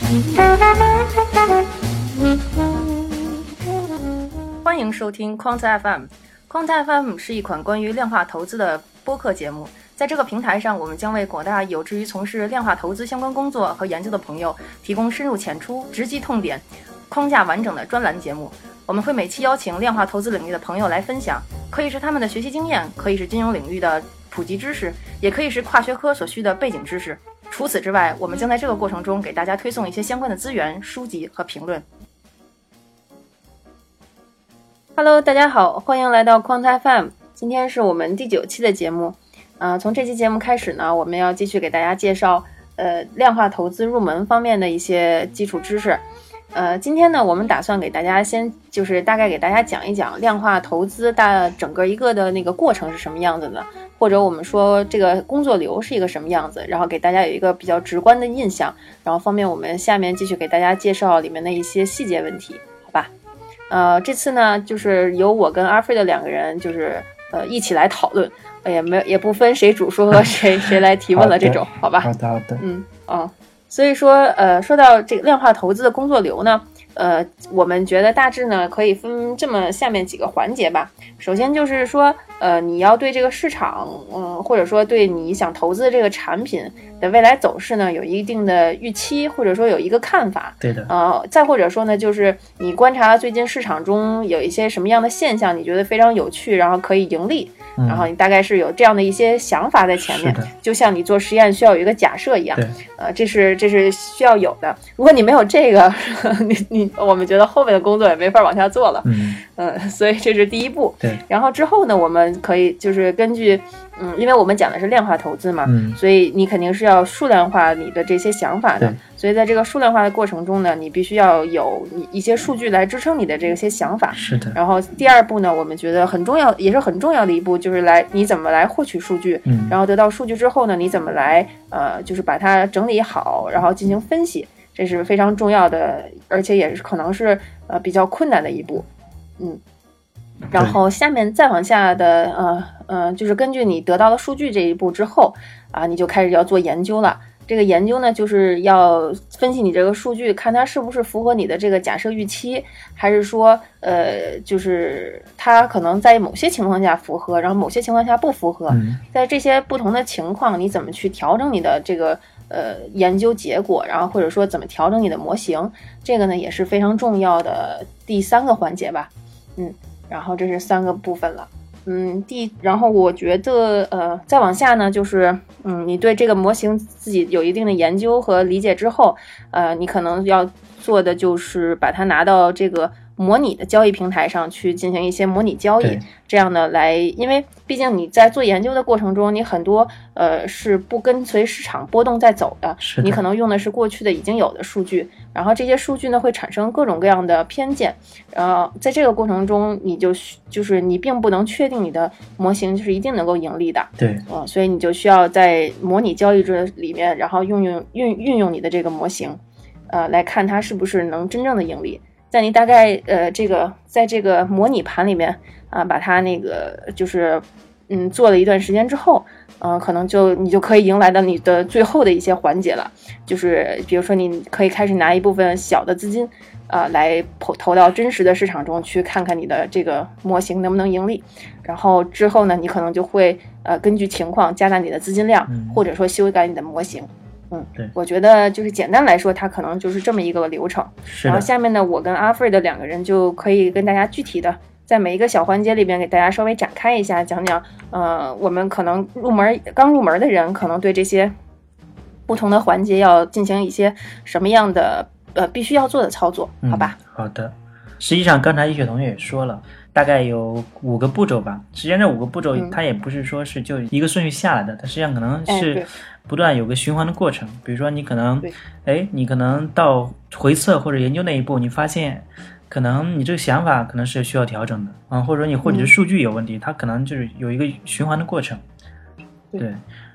欢迎收听 Quant FM。Quant FM 是一款关于量化投资的播客节目，在这个平台上，我们将为广大有志于从事量化投资相关工作和研究的朋友提供深入浅出、直击痛点、框架完整的专栏节目。我们会每期邀请量化投资领域的朋友来分享，可以是他们的学习经验，可以是金融领域的普及知识，也可以是跨学科所需的背景知识。除此之外，我们将在这个过程中给大家推送一些相关的资源、书籍和评论。Hello， 大家好，欢迎来到 Quant FM。今天是我们第9期的节目。从这期节目开始呢，我们要继续给大家介绍量化投资入门方面的一些基础知识。今天呢，我们打算给大家先就是大概给大家讲一讲量化投资整个一个的那个过程是什么样子的，或者我们说这个工作流是一个什么样子，然后给大家有一个比较直观的印象，然后方便我们下面继续给大家介绍里面的一些细节问题，好吧？这次呢，就是由我跟阿飞的2个人，就是一起来讨论，也不分谁主说和谁来提问了这种，好吧？ 好的。 所以说说到这个量化投资的工作流呢，我们觉得大致呢可以分这么下面几个环节吧。首先就是说你要对这个市场或者说对你想投资的这个产品的未来走势呢有一定的预期，或者说有一个看法。 对的。 再或者说呢，就是你观察最近市场中有一些什么样的现象，你觉得非常有趣，然后可以盈利，然后你大概是有这样的一些想法在前面，就像你做实验需要有一个假设一样。 对。 这是需要有的。如果你没有这个，我们觉得后面的工作也没法往下做了。所以这是第一步。 对。 然后之后呢，我们可以就是根据因为我们讲的是量化投资嘛，所以你肯定是要数量化你的这些想法的。所以在这个数量化的过程中呢，你必须要有一些数据来支撑你的这些想法。 是的。 然后第2步呢，我们觉得很重要，也是很重要的一步，就是你怎么来获取数据，然后得到数据之后呢，你怎么来就是把它整理好，然后进行分析，这是非常重要的，而且也是可能是比较困难的一步。然后下面再往下的就是根据你得到的数据这一步之后你就开始要做研究了。这个研究呢，就是要分析你这个数据，看它是不是符合你的这个假设预期，还是说就是它可能在某些情况下符合，然后某些情况下不符合。在这些不同的情况，你怎么去调整你的这个研究结果，然后或者说怎么调整你的模型，这个呢也是非常重要的第3个环节吧。然后这是3个部分了。然后我觉得再往下呢，就是你对这个模型自己有一定的研究和理解之后，你可能要做的就是把它拿到这个模拟的交易平台上去进行一些模拟交易，这样呢因为毕竟你在做研究的过程中，你很多是不跟随市场波动在走的，你可能用的是过去的已经有的数据，然后这些数据呢会产生各种各样的偏见，在这个过程中你就是你并不能确定你的模型就是一定能够盈利的。 对。 所以你就需要在模拟交易这里面，然后运用你的这个模型来看它是不是能真正的盈利。在你大概在这个模拟盘里面把它那个就是做了一段时间之后，可能你就可以迎来到你的最后的一些环节了，就是比如说你可以开始拿一部分小的资金来投到真实的市场中去，看看你的这个模型能不能盈利。然后之后呢，你可能就会根据情况加大你的资金量，或者说修改你的模型。 对， 我觉得就是简单来说，它可能就是这么一个流程。然后下面呢，我跟阿飞的2个人就可以跟大家具体的在每一个小环节里边给大家稍微展开一下，讲讲我们可能刚入门的人可能对这些不同的环节要进行一些什么样的必须要做的操作，好吧？ 好的。实际上刚才一雪同学也说了，大概有5个步骤吧。实际上这5个步骤它也不是说是就一个顺序下来的，它实际上可能是不断有个循环的过程。比如说你可能到回测或者研究那一步，你发现可能你这个想法可能是需要调整的或者说你获取的数据有问题，它可能就是有一个循环的过程。对。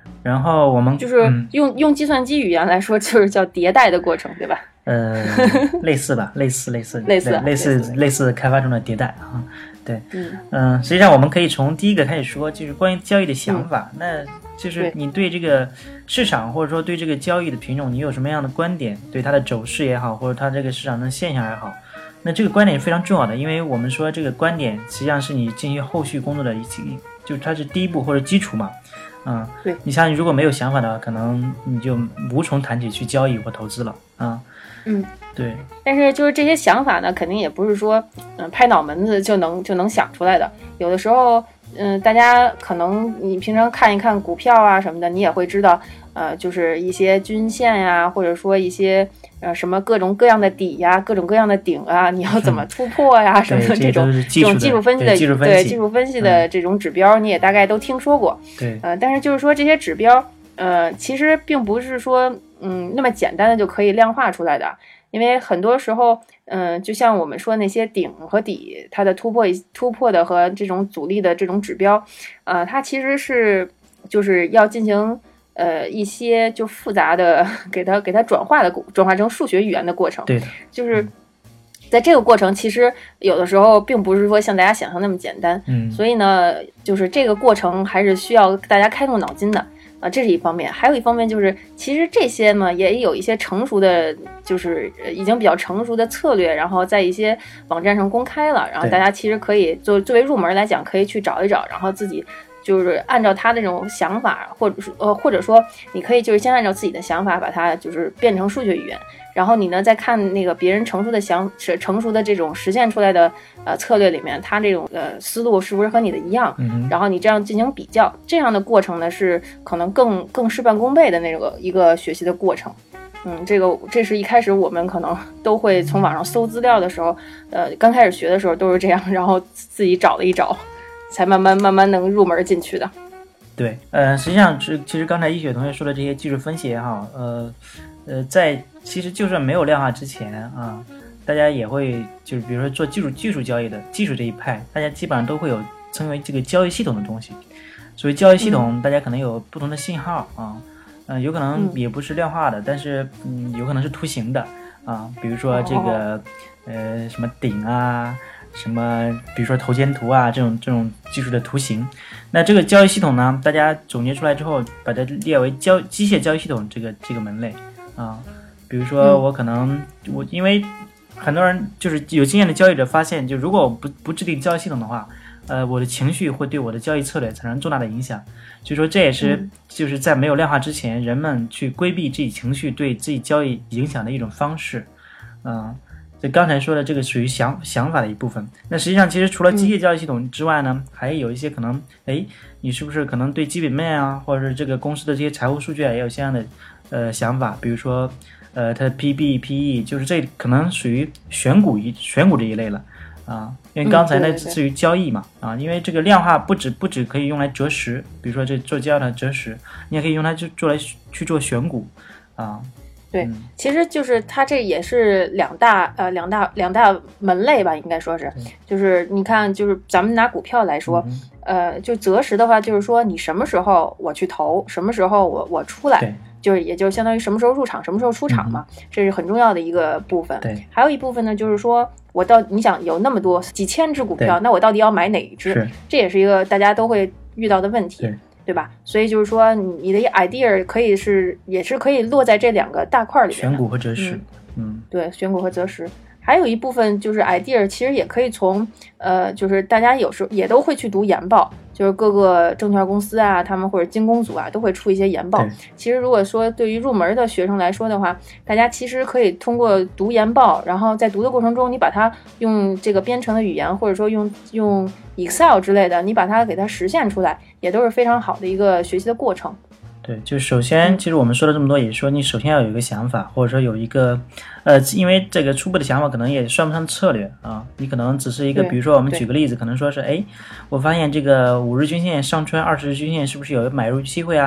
然后我们就是用计算机语言来说，就是叫迭代的过程，对吧？ 类似吧，类似开发中的迭代啊。对，实际上我们可以从第一个开始说，就是关于交易的想法。那就是你对这个市场或者说对这个交易的品种，你有什么样的观点？对它的走势也好，或者它这个市场的现象也好，那这个观点是非常重要的，因为我们说这个观点实际上是你进行后续工作的就它是第一步或者基础嘛。 对， 你像如果没有想法的话，可能你就无从谈起去交易或投资了啊。对。 但是就是这些想法呢，肯定也不是说拍脑门子就能想出来的。有的时候大家可能你平常看一看股票啊什么的，你也会知道就是一些均线呀，或者说一些什么各种各样的底呀，各种各样的顶啊，你要怎么突破呀什么的，这种技术分析的技术分析的这种指标，你也大概都听说过。 对， 但是就是说这些指标其实并不是说那么简单的就可以量化出来的。因为很多时候就像我们说那些顶和底它的突破的和这种阻力的这种指标它其实是就是要进行一些就复杂的给它转化成数学语言的过程。 对的， 就是在这个过程其实有的时候并不是说像大家想象那么简单。所以呢就是这个过程还是需要大家开动脑筋的。这是一方面，还有一方面就是，其实这些呢也有一些成熟的，就是已经比较成熟的策略，然后在一些网站上公开了，然后大家其实可以作为入门来讲，可以去找一找，然后自己就是按照他的这种想法，或者说你可以就是先按照自己的想法把它就是变成数学语言，然后你呢再看那个别人成熟的这种实现出来的策略里面，他这种思路是不是和你的一样，然后你这样进行比较，这样的过程呢是可能更事半功倍的那个一个学习的过程。这是一开始我们可能都会从网上搜资料的时候，刚开始学的时候都是这样，然后自己找了一找，才慢慢能入门进去的。 对，实际上其实刚才一雪同学说的这些技术分析也好，在其实就算没有量化之前啊，大家也会就是比如说做技术交易的技术这一派，大家基本上都会有称为这个交易系统的东西。所以交易系统大家可能有不同的信号啊，有可能也不是量化的，但是有可能是图形的啊，比如说这个什么顶啊，什么比如说头肩图啊，这种技术的图形。那这个交易系统呢，大家总结出来之后，把它列为机械交易系统这个门类啊。比如说我可能因为很多人就是有经验的交易者发现，就如果我不制定交易系统的话，我的情绪会对我的交易策略产生重大的影响。所以说这也是就是在没有量化之前，人们去规避自己情绪对自己交易影响的一种方式。就刚才说的这个属于想法的一部分。那实际上其实除了机械交易系统之外呢，还有一些可能你是不是可能对基本面啊，或者是这个公司的这些财务数据也有相应的想法，比如说它的 PB、PE， 就是这可能属于选股这一类了啊。因为刚才那至于交易嘛因为这个量化不止可以用来择时，比如说这做交易的择时，你也可以用它去做选股啊。 对，其实就是它这也是两大门类吧，应该说是，就是你看，就是咱们拿股票来说，就择时的话，就是说你什么时候我去投，什么时候我出来，就是也就相当于什么时候入场，什么时候出场嘛，这是很重要的一个部分。 对， 还有一部分呢，就是说你想有那么多几千只股票，那我到底要买哪一只？这也是一个大家都会遇到的问题。对吧？所以就是说，你的 idea 也是可以落在这两个大块里面， 选股和择时。 对，选股和择时。还有一部分就是 idea， 其实也可以从就是大家有时候也都会去读研报，就是各个证券公司啊，他们或者军工组啊，都会出一些研报。其实如果说对于入门的学生来说的话，大家其实可以通过读研报，然后在读的过程中，你把它用这个编程的语言，或者说用 Excel 之类的，你把它给它实现出来，也都是非常好的一个学习的过程。 对，就首先其实我们说了这么多，也是说你首先要有一个想法，或者说有一个因为这个初步的想法可能也算不上策略啊，你可能只是一个，比如说我们举个例子，可能说是我发现这个5日均线上穿20日均线是不是有买入机会啊？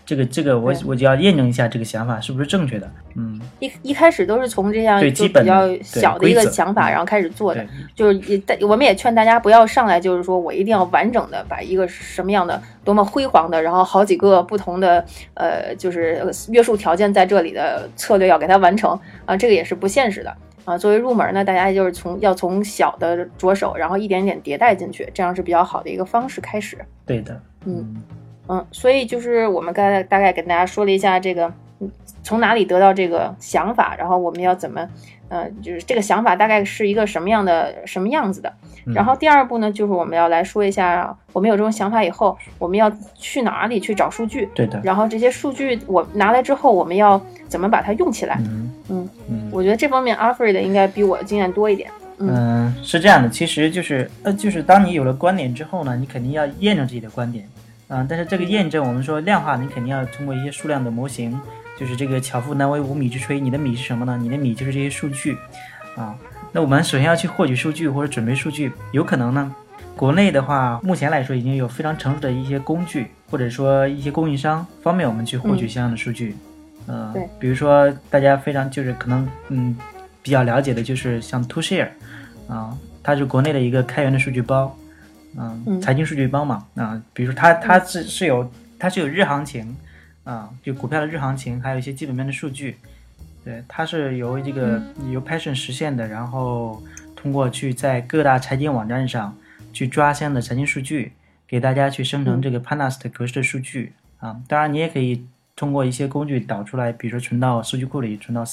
这个我就要验证一下这个想法是不是正确的。 一开始都是从这样就比较小的一个想法然后开始做的，就是我们也劝大家不要上来就是说我一定要完整的把一个什么样的多么辉煌的，然后好几个不同的就是约束条件在这里的策略要给它完成啊，这个也是不现实的啊。作为入门呢，大家就是从小的着手，然后一点点迭代进去，这样是比较好的一个方式开始。 对的， 所以就是我们刚才大概跟大家说了一下这个从哪里得到这个想法，然后我们要怎么就是这个想法大概是一个什么样子的。然后第二步呢，就是我们要来说一下我们有这种想法以后我们要去哪里去找数据。 对的。 然后这些数据我拿来之后我们要怎么把它用起来。我觉得这方面 Alfred 应该比我经验多一点。 是这样的，其实就是当你有了观点之后呢，你肯定要验证自己的观点。但是这个验证我们说量化，你肯定要通过一些数量的模型，就是这个巧妇难为无米之炊，你的米是什么呢？你的米就是这些数据那我们首先要去获取数据或者准备数据，有可能呢国内的话目前来说已经有非常成熟的一些工具或者说一些供应商方便我们去获取相应的数据。比如说大家非常就是可能比较了解的就是像 2Share 它是国内的一个开源的数据包。财经数据包嘛，比如说它是有日行情就股票的日行情，还有一些基本面的数据。对，它是由由 Python 实现的，然后通过去在各大财经网站上去抓相应的财经数据，给大家去生成这个 Pandas 的格式的数据当然你也可以通过一些工具导出来，比如说存到数据库里，存到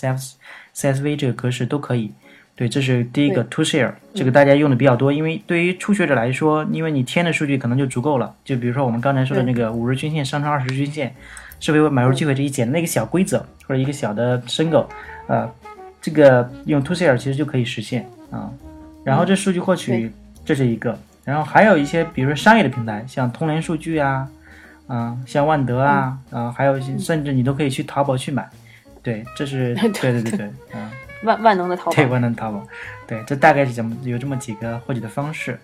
CSV 这个格式都可以。对，这是第一个 2Share， 这个大家用的比较多，因为对于初学者来说，因为你填的数据可能就足够了。就比如说我们刚才说的那个5日均线上升20日均线是否有买入机会这一简单的一个小规则或者一个小的申购这个用 2Share 其实就可以实现然后这数据获取这是一个，然后还有一些比如说商业的平台，像通联数据像万德还有甚至你都可以去淘宝去买。对，这是对万能的淘宝。 对，万能淘宝。对，这大概是有这么几个获取的方式。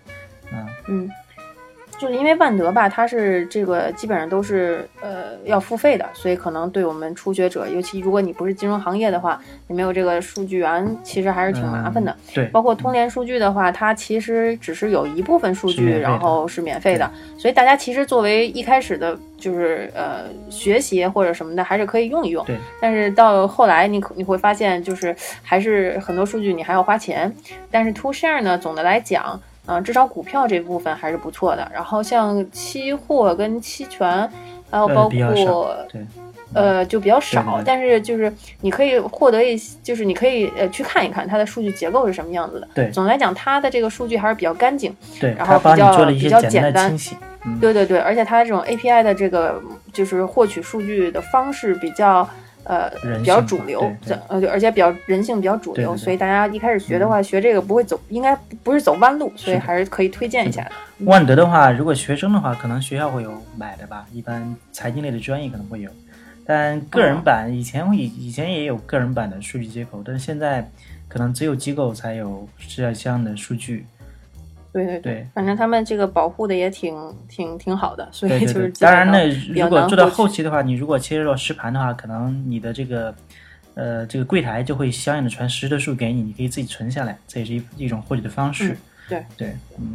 就是因为万德吧，它是这个基本上都是要付费的，所以可能对我们初学者，尤其如果你不是金融行业的话，你没有这个数据源，其实还是挺麻烦的。 对， 包括通联数据的话，它其实只是有一部分数据，然后是免费的，所以大家其实作为一开始的，就是学习或者什么的，还是可以用一用。 对。 但是到后来你会发现，就是还是很多数据你还要花钱。但是 2Share 呢，总的来讲。至少股票这部分还是不错的，然后像期货跟期权还有包括就比较少，但是就是你可以获得就是你可以去看一看它的数据结构是什么样子的。 对， 总的来讲它的这个数据还是比较干净， 对， 然后比较简单，对，而且它这种 API 的这个就是获取数据的方式比较主流，而且比较人性比较主流，所以大家一开始学的话，学这个不会应该不是走弯路，所以还是可以推荐一下的。 万德的话，如果学生的话，可能学校会有买的吧，一般财经类的专业可能会有，但个人版以前也有个人版的数据接口，但是现在可能只有机构才有这样的数据。对， 反正他们这个保护的也挺好的，所以就是当然呢，如果做到后期的话，你如果切入到实盘的话，可能你的这个柜台就会相应的传实的数给你，你可以自己存下来，这也是一种获取的方式。对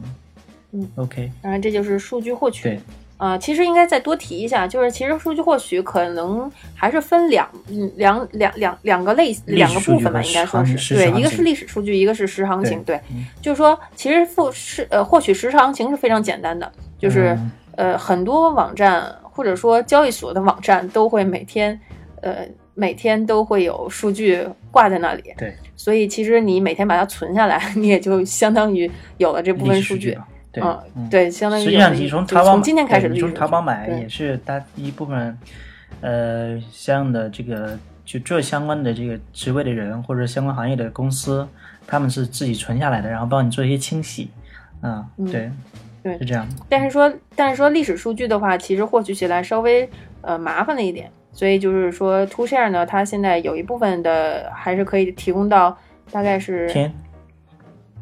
，OK。 当然这就是数据获取。 对。 其实应该再多提一下，就是其实数据获取可能还是分两个部分吧，应该说是对，一个是历史数据，一个是实行情。对，就是说其实获取实时行情是非常简单的，就是很多网站或者说交易所的网站都会每天都会有数据挂在那里。 对， 所以其实你每天把它存下来，你也就相当于有了这部分数据。对，相当于实际上你从今天开始从淘宝买也是它一部分相应的这个就做相关的这个职位的人或者相关行业的公司，他们是自己存下来的，然后帮你做一些清洗。对，是这样。 但是说历史数据的话，其实获取起来稍微麻烦了一点，所以就是说 2Share 呢，它现在有一部分的还是可以提供到大概是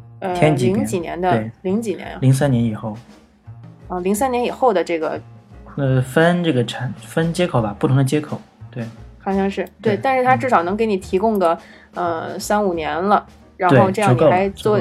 零几年的，03年以后以后 ，03年以后的这个分接口吧，不同的接口，对， 好像是对，但是它至少能给你提供个3-5年了，然后这样你还作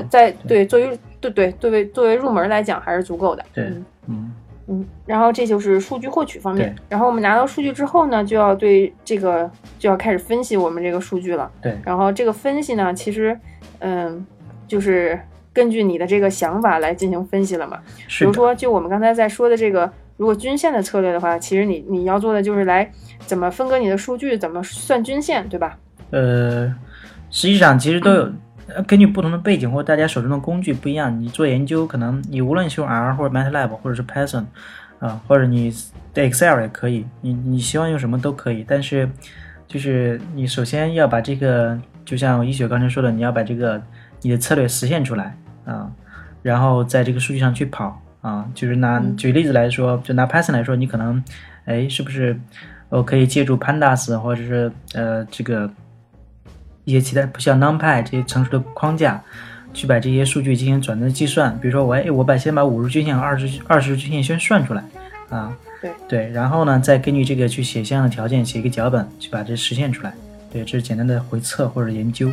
为入门来讲还是足够的。 对， 然后这就是数据获取方面。然后我们拿到数据之后呢，就要开始分析我们这个数据了。 对， 然后这个分析呢，其实就是根据你的这个想法来进行分析了嘛。比如说，就我们刚才在说的这个，如果均线的策略的话，其实你要做的就是来怎么分割你的数据，怎么算均线，对吧？ 实际上其实都有。根据不同的背景或大家手中的工具不一样，你做研究可能你无论是用 R 或者 MATLAB 或者是 Python 或者你 Excel 也可以，你希望用什么都可以，但是就是你首先要把这个，就像一雪刚才说的，你要把这个你的策略实现出来然后在这个数据上去跑就是举例子来说，就拿 Python 来说，你可能是不是我可以借助 Pandas 或者是这个一些其他像 NumPy 这些成熟的框架去把这些数据进行转折计算。比如说我先把50均线和20均线先算出来对，然后呢再根据这个去写相应的条件，写一个脚本去把这实现出来。对，这是简单的回测或者研究。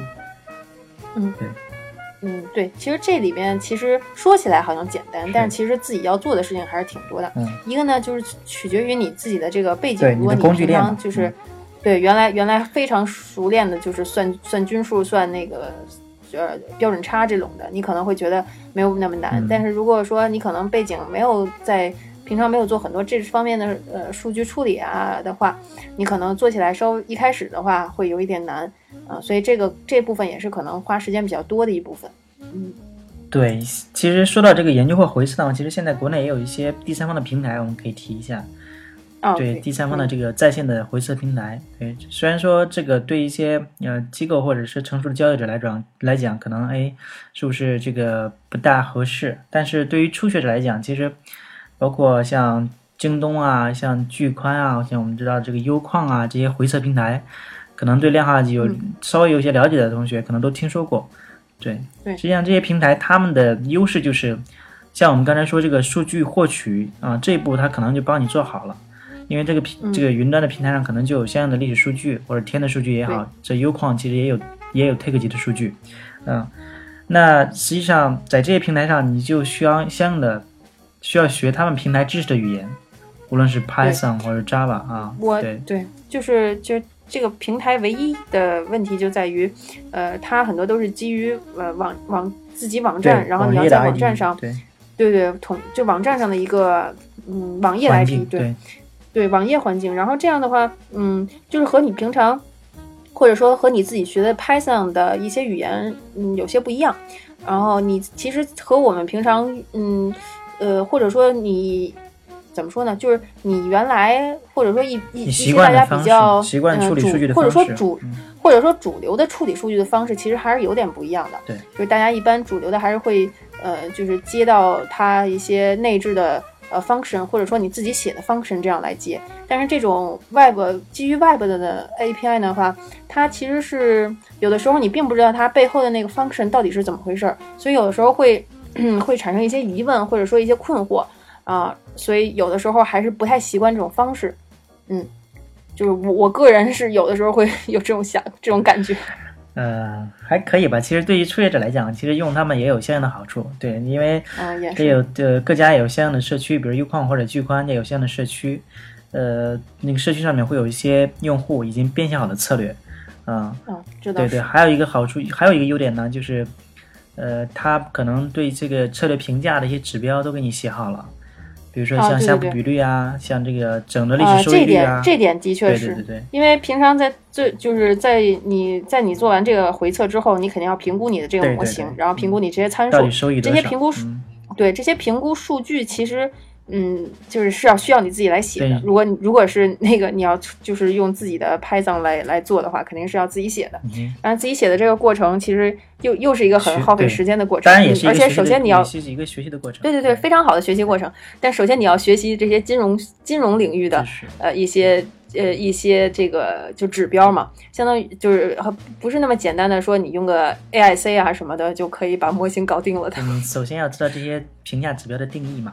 对，其实这里边其实说起来好像简单，但是其实自己要做的事情还是挺多的。一个呢就是取决于你自己的这个背景，如果你平常就是对原来非常熟练的就是算均数，算那个标准差这种的，你可能会觉得没有那么难。但是如果说你可能背景没有平常没有做很多这方面的数据处理的话，你可能做起来一开始的话会有一点难所以这部分也是可能花时间比较多的一部分。 对，其实说到这个研究或回测呢，其实现在国内也有一些第三方的平台，我们可以提一下。对，第三方的这个在线的回测平台。对，虽然说这个对一些机构或者是成熟的交易者来讲可能是不是这个不大合适，但是对于初学者来讲，其实包括像京东像聚宽像我们知道这个优矿这些回测平台，可能对量化稍微有一些了解的同学可能都听说过。对，实际上这些平台他们的优势就是像我们刚才说这个数据获取这一步它可能就帮你做好了。因为这个云端的平台上可能就有相应的历史数据或者天的数据也好，这优矿其实也有 take 级的数据那实际上在这些平台上你就需要相应的学他们平台支持的语言，无论是 Python 或者 Java 对，就是这个平台唯一的问题就在于它很多都是基于自己网站，然后你要在网站上对就网站上的一个网页来提对网页环境，然后这样的话就是和你平常或者说和你自己学的 Python 的一些语言有些不一样，然后你其实和我们平常或者说你怎么说呢，就是你原来或者说一些大家比较习惯处理数据的方式或者说主流的处理数据的方式其实还是有点不一样的。 对， 就是大家一般主流的还是会就是接到它一些内置的function， 或者说你自己写的 function 这样来接。但是这种基于 web 的 API 的话，它其实是有的时候你并不知道它背后的那个 function 到底是怎么回事，所以有的时候会产生一些疑问，或者说一些困惑所以有的时候还是不太习惯这种方式。就是我个人是有的时候会有这种感觉。 还可以吧。其实对于初学者来讲，其实用它们也有相应的好处。对，因为各家也有相应的社区，比如优矿或者聚宽也有相应的社区。那个社区上面会有一些用户已经编写好的策略。 知道。 对，还有一个好处，还有一个优点呢，就是它可能对这个策略评价的一些指标都给你写好了。比如说像下布比率像这个整的历史收益率这点的确是。 对， 因为平常就是在你做完这个回测之后，你肯定要评估你的这个模型，然后评估你这些参数， 到底收益多少， 这些评估对这些评估数据其实就是需要你自己来写的。如果是那个你要就是用自己的 Python 来做的话，肯定是要自己写的。然后自己写的这个过程其实又是一个很耗费时间的过程。 当然也是而且首先你要一个学习的过程。 对，非常好的学习过程。但首先你要学习这些金融领域的一些这个就指标嘛，相当于就是不是那么简单的说你用个 AIC 什么的就可以把模型搞定了的。 首先要知道这些评价指标的定义嘛。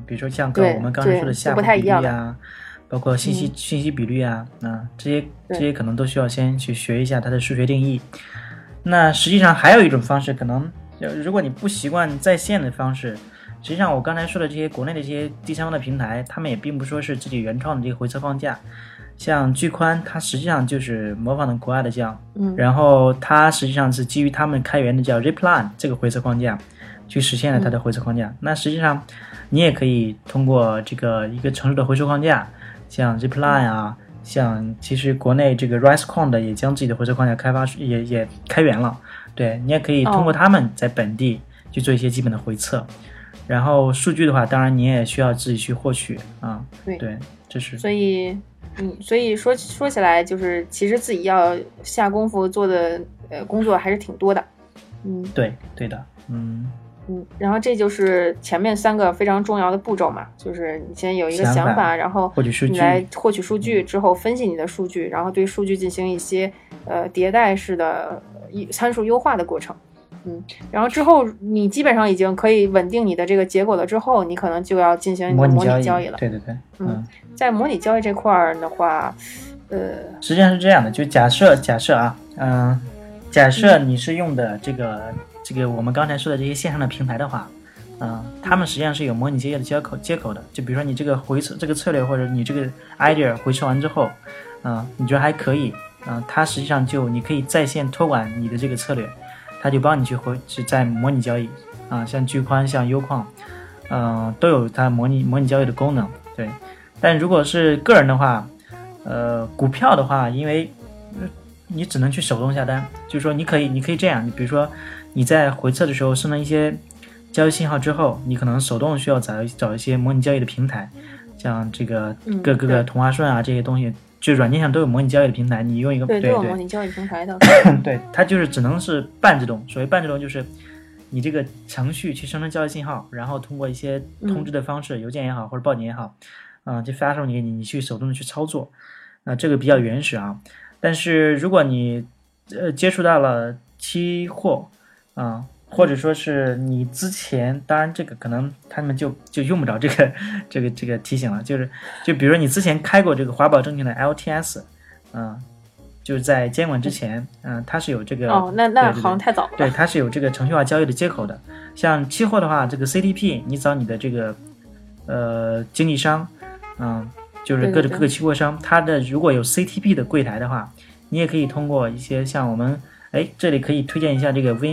比如说像我们刚才说的下滑比率啊，包括信息比率啊，这些可能都需要先去学一下它的数学定义。那实际上还有一种方式，可能如果你不习惯在线的方式，实际上我刚才说的这些国内的这些第三方的平台，他们也并不说是自己原创的这个回测框架。像巨宽，它实际上就是模仿的国外的这样，然后它实际上是基于他们开源的叫 Replan 这个回测框架去实现了它的回测框架。那实际上你也可以通过这个一个成熟的回测框架，像 Replan 啊，像其实国内这个 RiseQuant 的也将自己的回测框架开发也开源了，对，你也可以通过他们在本地去做一些基本的回测。然后数据的话，当然你也需要自己去获取啊，对，这是所以说起来，就是其实自己要下功夫做的工作还是挺多的。 对的， 然后这就是前面3个非常重要的步骤嘛，就是你先有一个想法，然后你来获取数据之后分析你的数据，然后对数据进行一些迭代式的参数优化的过程。然后之后你基本上已经可以稳定你的这个结果了之后，你可能就要进行你的模拟交易了。 对， 在模拟交易这块的话， 实际上是这样的，就假设啊，假设你是用的这个我们刚才说的这些线上的平台的话，他们实际上是有模拟交易的接口的。就比如说你这个回测这个策略，或者你这个 idea 回测完之后，你觉得还可以，它实际上就你可以在线托管你的这个策略。它就帮你去在模拟交易像巨宽像优矿都有它模拟交易的功能，对。但如果是个人的话，股票的话，因为你只能去手动下单，就是说你可以这样，你比如说你在回测的时候生成一些交易信号之后，你可能手动需要找一些模拟交易的平台，像这个各个同花顺啊这些东西。就软件上都有模拟交易的平台，你用一个对都有模拟交易平台的对，它就是只能是半自动。所谓半自动就是你这个程序去生成交易信号，然后通过一些通知的方式，邮件也好或者报警也好就发送给你去手动的去操作，这个比较原始啊。但是如果你接触到了期货或者说是你之前，当然这个可能他们就用不着这个提醒了，就比如说你之前开过这个华宝证券的 LTS，就是在监管之前，它是有这个那好像太早了。 对，它是有这个程序化交易的接口的。像期货的话，这个 CTP 你找你的这个经纪商，就是各个期货商，它的如果有 CTP 的柜台的话，你也可以通过一些像我们。这里可以推荐一下这个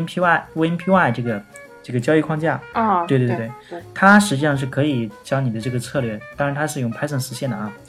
VNPY 这个交易框架对，它实际上是可以将你的这个策略，当然它是用 Python 实现的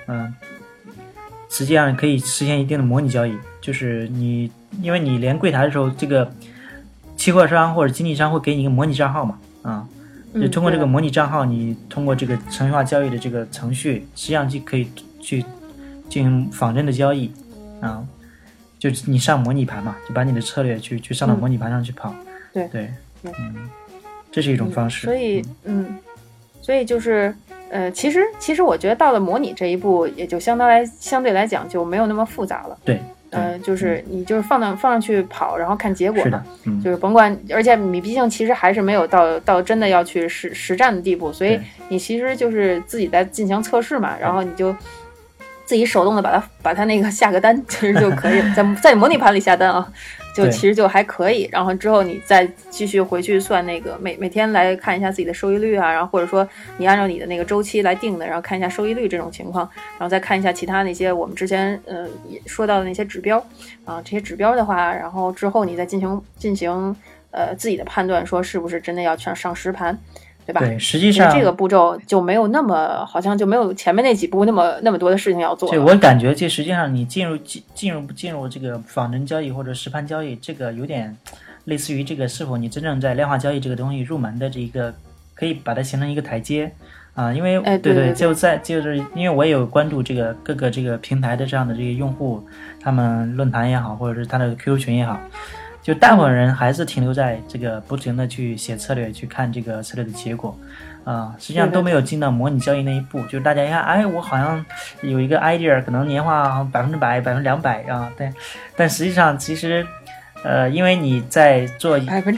实际上可以实现一定的模拟交易，就是因为你连柜台的时候，这个期货商或者经纪商会给你一个模拟账号嘛就通过这个模拟账号，你通过这个程序化交易的这个程序，实际上就可以去进行仿真的交易就是你上模拟盘嘛，就把你的策略去上到模拟盘上去跑。对，这是一种方式。 所以就是其实我觉得到了模拟这一步，也就相对来讲就没有那么复杂了。 对， 就是你就是放上去跑，然后看结果嘛。就是甭管，而且你毕竟其实还是没有到真的要去实战的地步，所以你其实就是自己在进行测试嘛，然后你就。自己手动的把它那个下个单，其实就可以在模拟盘里下单就其实就还可以。然后之后你再继续回去算那个每天来看一下自己的收益率然后或者说你按照你的那个周期来定的，然后看一下收益率这种情况，然后再看一下其他那些我们之前也说到的那些指标这些指标的话，然后之后你再进行自己的判断，说是不是真的要上实盘。对吧？ 对，实际上这个步骤就没有那么，好像就没有前面那几步那么多的事情要做。 对，我感觉这实际上你进入这个仿真交易或者实盘交易，这个有点类似于这个是否你真正在量化交易这个东西入门的这个，可以把它形成一个台阶因为对，就是因为我也有关注这个各个这个平台的这样的这个用户，他们论坛也好，或者是他的 QQ 群也好。就大部分人还是停留在这个不停的去写策略，去看这个策略的结果实际上都没有进到模拟交易那一步。就是大家一看我好像有一个 idea 可能年化100%、200但实际上其实因为你在做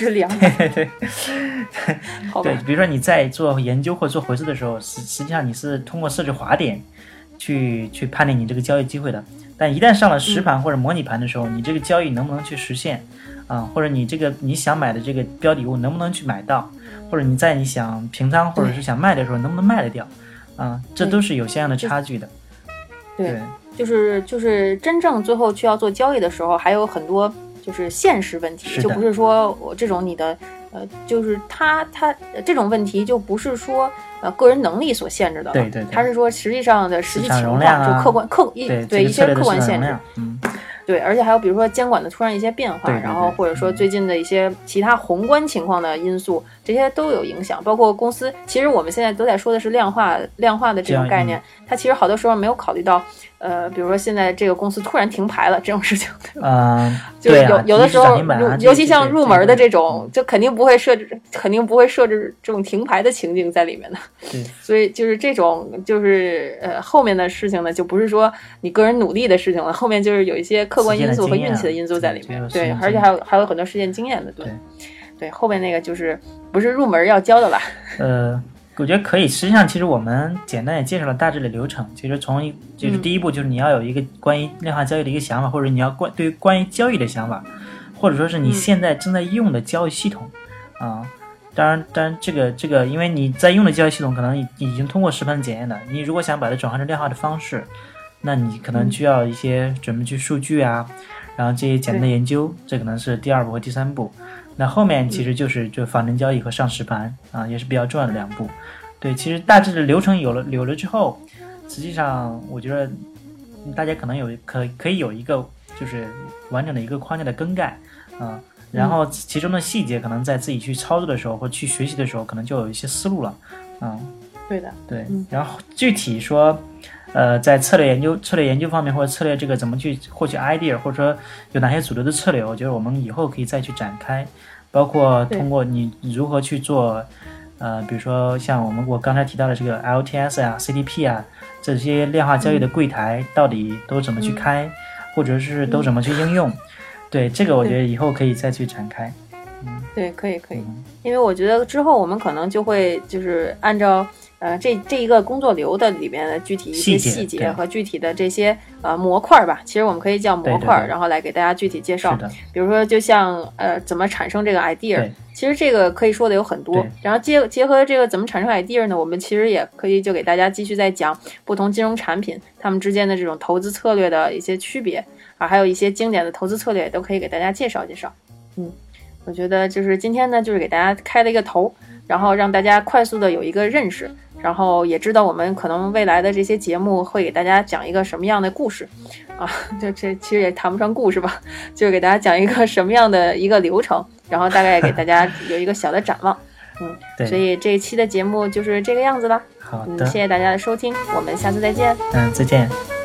2%， 对，对，比如说你在做研究或做回测的时候，实际上你是通过设置滑点去判定你这个交易机会的。但一旦上了实盘或者模拟盘的时候，你这个交易能不能去实现或者你想买的这个标的物能不能去买到，或者你想平仓或者是想卖的时候能不能卖得掉这都是有相应的差距的。 对，就是真正最后去要做交易的时候，还有很多就是现实问题，就不是说我这种你的就是它这种问题就不是说个人能力所限制的， 对， 它是说实际上的实际情况，就对一些客观限制，对，而且还有比如说监管的突然一些变化，然后或者说最近的一些其他宏观情况的因素，这些都有影响。包括公司，其实我们现在都在说的是量化的这种概念，它其实好多时候没有考虑到比如说现在这个公司突然停牌了这种事情，就是有的时候尤其像入门的这种，就肯定不会设置这种停牌的情境在里面的。所以就是这种就是后面的事情呢，就不是说你个人努力的事情了，后面就是有一些客观因素和运气的因素在里面，对，而且还有很多实践经验的，对，后面那个就是不是入门要教的吧？ 我觉得可以。实际上，其实我们简单也介绍了大致的流程。其实就是第一步，就是你要有一个关于量化交易的一个想法，或者你要对于关于交易的想法，或者说是你现在正在用的交易系统当然这个，因为你在用的交易系统可能已经通过实盘检验的，你如果想把它转化成量化的方式，那你可能需要一些准备去数据然后这些简单的研究，这可能是第2步和第3步。那后面其实就仿真交易和上实盘也是比较重要的2步。对，其实大致的流程有了之后，实际上我觉得大家可能可以有一个就是完整的一个框架的更改然后其中的细节可能在自己去操作的时候或去学习的时候，可能就有一些思路了对的， 对。然后具体说在策略研究方面，或者策略这个怎么去获取 idea， 或者说有哪些主流的策略，我觉得我们以后可以再去展开，包括通过你如何去做比如说像我刚才提到的这个 LTS CDP 这些量化交易的柜台到底都怎么去开，或者是都怎么去应用，对，这个我觉得以后可以再去展开。 对，可以，因为我觉得之后我们可能就会就是按照这一个工作流的里面的具体一些细节和具体的这些模块吧，其实我们可以叫模块，然后来给大家具体介绍。比如说就像怎么产生这个 idea， 其实这个可以说的有很多，然后结合这个怎么产生 idea 呢，我们其实也可以就给大家继续再讲不同金融产品它们之间的这种投资策略的一些区别还有一些经典的投资策略都可以给大家介绍介绍。我觉得就是今天呢，就是给大家开了一个头，然后让大家快速的有一个认识，然后也知道我们可能未来的这些节目会给大家讲一个什么样的故事这其实也谈不上故事吧，就是给大家讲一个什么样的一个流程，然后大概给大家有一个小的展望。所以这一期的节目就是这个样子了。 好的， 谢谢大家的收听，我们下次再见。 再见。